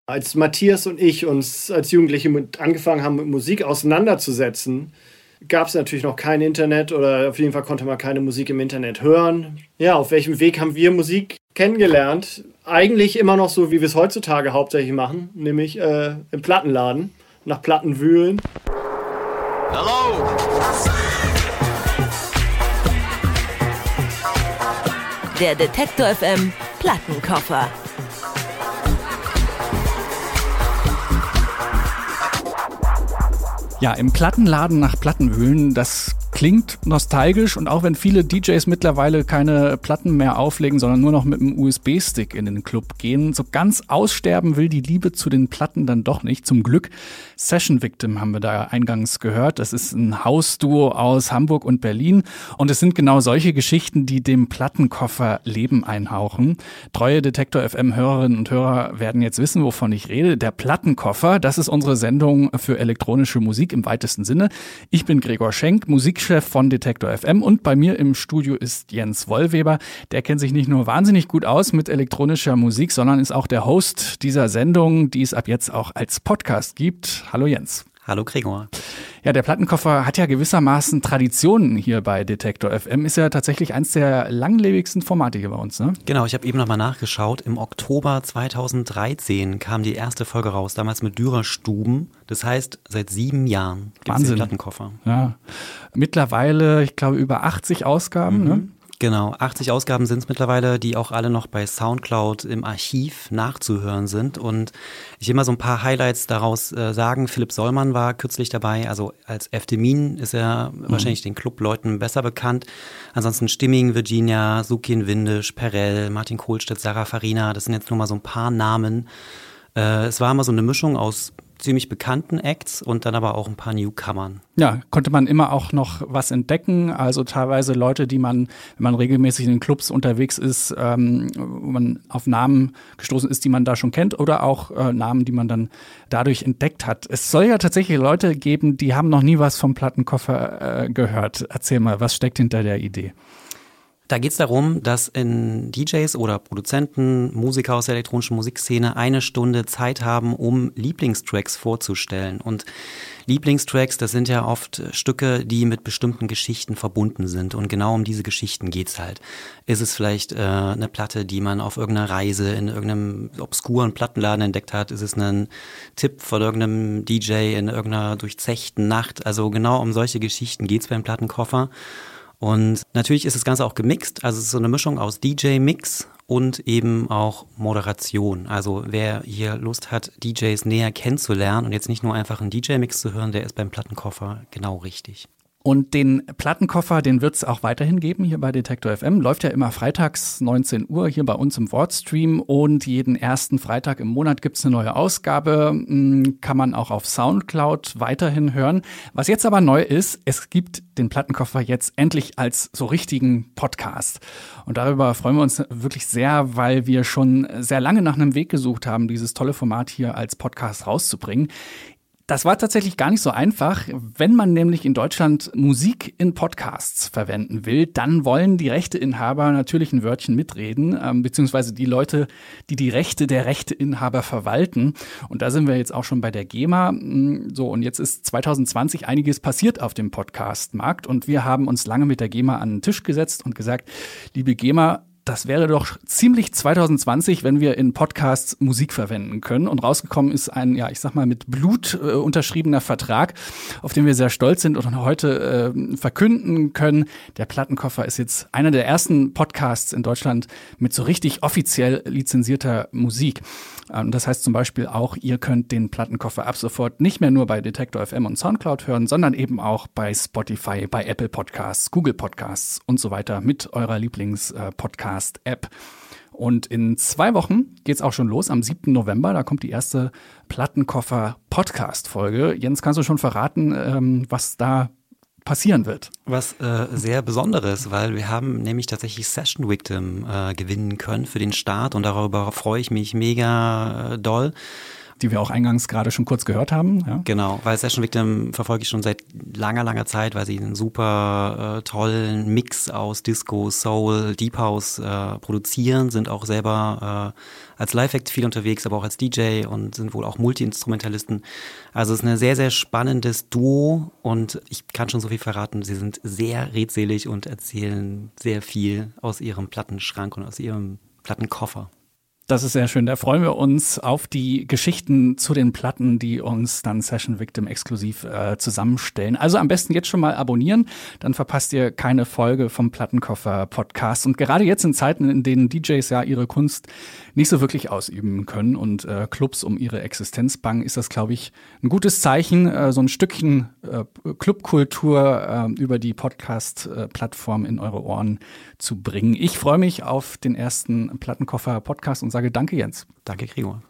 Als Matthias und ich uns als Jugendliche angefangen haben, mit Musik auseinanderzusetzen, gab es natürlich noch kein Internet oder auf jeden Fall konnte man keine Musik im Internet hören. Ja, auf welchem Weg haben wir Musik kennengelernt? Eigentlich immer noch so, wie wir es heutzutage hauptsächlich machen, nämlich im Plattenladen, nach Platten wühlen. Hello! Der Detektor FM Plattenkoffer. Ja, im Plattenladen nach Platten wühlen, das klingt nostalgisch und auch wenn viele DJs mittlerweile keine Platten mehr auflegen, sondern nur noch mit einem USB-Stick in den Club gehen, so ganz aussterben will die Liebe zu den Platten dann doch nicht. Zum Glück Session Victim haben wir da eingangs gehört. Das ist ein Hausduo aus Hamburg und Berlin und es sind genau solche Geschichten, die dem Plattenkoffer Leben einhauchen. Treue Detektor FM Hörerinnen und Hörer werden jetzt wissen, wovon ich rede. Der Plattenkoffer, das ist unsere Sendung für elektronische Musik im weitesten Sinne. Ich bin Gregor Schenk, Musikchef von Detektor FM und bei mir im Studio ist Jens Wollweber. Der kennt sich nicht nur wahnsinnig gut aus mit elektronischer Musik, sondern ist auch der Host dieser Sendung, die es ab jetzt auch als Podcast gibt. Hallo Jens. Hallo Gregor. Ja, der Plattenkoffer hat ja gewissermaßen Traditionen hier bei Detektor FM. Ist ja tatsächlich eins der langlebigsten Formate hier bei uns, ne? Genau, ich habe eben nochmal nachgeschaut. Im Oktober 2013 kam die erste Folge raus, damals mit Dürerstuben. Das heißt, seit 7 Jahren gibt es den Plattenkoffer. Ja, mittlerweile, ich glaube, über 80 Ausgaben, ne? Genau, 80 Ausgaben sind es mittlerweile, die auch alle noch bei Soundcloud im Archiv nachzuhören sind. Und ich will mal so ein paar Highlights daraus sagen. Philipp Sollmann war kürzlich dabei. Also als Eftemin ist er wahrscheinlich den Clubleuten besser bekannt. Ansonsten Stimming, Virginia, Sukin Windisch, Perel, Martin Kohlstedt, Sarah Farina. Das sind jetzt nur mal so ein paar Namen. Es war immer so eine Mischung aus ziemlich bekannten Acts und dann aber auch ein paar Newcomern. Ja, konnte man immer auch noch was entdecken, also teilweise Leute, die man, wenn man regelmäßig in den Clubs unterwegs ist, wo man auf Namen gestoßen ist, die man da schon kennt oder auch Namen, die man dann dadurch entdeckt hat. Es soll ja tatsächlich Leute geben, die haben noch nie was vom Plattenkoffer gehört. Erzähl mal, was steckt hinter der Idee? Da geht es darum, dass in DJs oder Produzenten, Musiker aus der elektronischen Musikszene 1 Stunde Zeit haben, um Lieblingstracks vorzustellen. Und Lieblingstracks, das sind ja oft Stücke, die mit bestimmten Geschichten verbunden sind. Und genau um diese Geschichten geht's halt. Ist es vielleicht eine Platte, die man auf irgendeiner Reise in irgendeinem obskuren Plattenladen entdeckt hat? Ist es ein Tipp von irgendeinem DJ in irgendeiner durchzechten Nacht? Also genau um solche Geschichten geht's beim Plattenkoffer. Und natürlich ist das Ganze auch gemixt, also es ist so eine Mischung aus DJ-Mix und eben auch Moderation. Also wer hier Lust hat, DJs näher kennenzulernen und jetzt nicht nur einfach einen DJ-Mix zu hören, der ist beim Plattenkoffer genau richtig. Und den Plattenkoffer, den wird es auch weiterhin geben hier bei Detektor FM. Läuft ja immer freitags 19 Uhr hier bei uns im Wordstream und jeden ersten Freitag im Monat gibt es eine neue Ausgabe. Kann man auch auf Soundcloud weiterhin hören. Was jetzt aber neu ist, es gibt den Plattenkoffer jetzt endlich als so richtigen Podcast. Und darüber freuen wir uns wirklich sehr, weil wir schon sehr lange nach einem Weg gesucht haben, dieses tolle Format hier als Podcast rauszubringen. Das war tatsächlich gar nicht so einfach. Wenn man nämlich in Deutschland Musik in Podcasts verwenden will, dann wollen die Rechteinhaber natürlich ein Wörtchen mitreden, beziehungsweise die Leute, die die Rechte der Rechteinhaber verwalten. Und da sind wir jetzt auch schon bei der GEMA. So, und jetzt ist 2020 einiges passiert auf dem Podcast-Markt. Und wir haben uns lange mit der GEMA an den Tisch gesetzt und gesagt, liebe GEMA, das wäre doch ziemlich 2020, wenn wir in Podcasts Musik verwenden können. Und rausgekommen ist ein, ja, ich sag mal, mit Blut unterschriebener Vertrag, auf den wir sehr stolz sind und heute verkünden können. Der Plattenkoffer ist jetzt einer der ersten Podcasts in Deutschland mit so richtig offiziell lizenzierter Musik. Das heißt zum Beispiel auch, ihr könnt den Plattenkoffer ab sofort nicht mehr nur bei Detektor FM und Soundcloud hören, sondern eben auch bei Spotify, bei Apple Podcasts, Google Podcasts und so weiter mit eurer Lieblings-Podcast-App. Und in 2 Wochen geht's auch schon los, am 7. November, da kommt die erste Plattenkoffer-Podcast-Folge. Jens, kannst du schon verraten, was da passieren wird? Was sehr Besonderes, weil wir haben nämlich tatsächlich Session Victim gewinnen können für den Start und darüber freue ich mich mega doll, die wir auch eingangs gerade schon kurz gehört haben. Ja. Genau, weil Session Victim verfolge ich schon seit langer Zeit, weil sie einen super tollen Mix aus Disco, Soul, Deep House produzieren, sind auch selber als Live-Act viel unterwegs, aber auch als DJ und sind wohl auch Multi-Instrumentalisten. Also es ist ein sehr, sehr spannendes Duo und ich kann schon so viel verraten, sie sind sehr redselig und erzählen sehr viel aus ihrem Plattenschrank und aus ihrem Plattenkoffer. Das ist sehr schön. Da freuen wir uns auf die Geschichten zu den Platten, die uns dann Session Victim exklusiv zusammenstellen. Also am besten jetzt schon mal abonnieren, dann verpasst ihr keine Folge vom Plattenkoffer Podcast. Und gerade jetzt in Zeiten, in denen DJs ja ihre Kunst nicht so wirklich ausüben können und Clubs um ihre Existenz bangen, ist das, glaube ich, ein gutes Zeichen, so ein Stückchen Clubkultur über die Podcast-Plattform in eure Ohren zu bringen. Ich freue mich auf den ersten Plattenkoffer Podcast und sage danke, Jens. Danke, Gregor.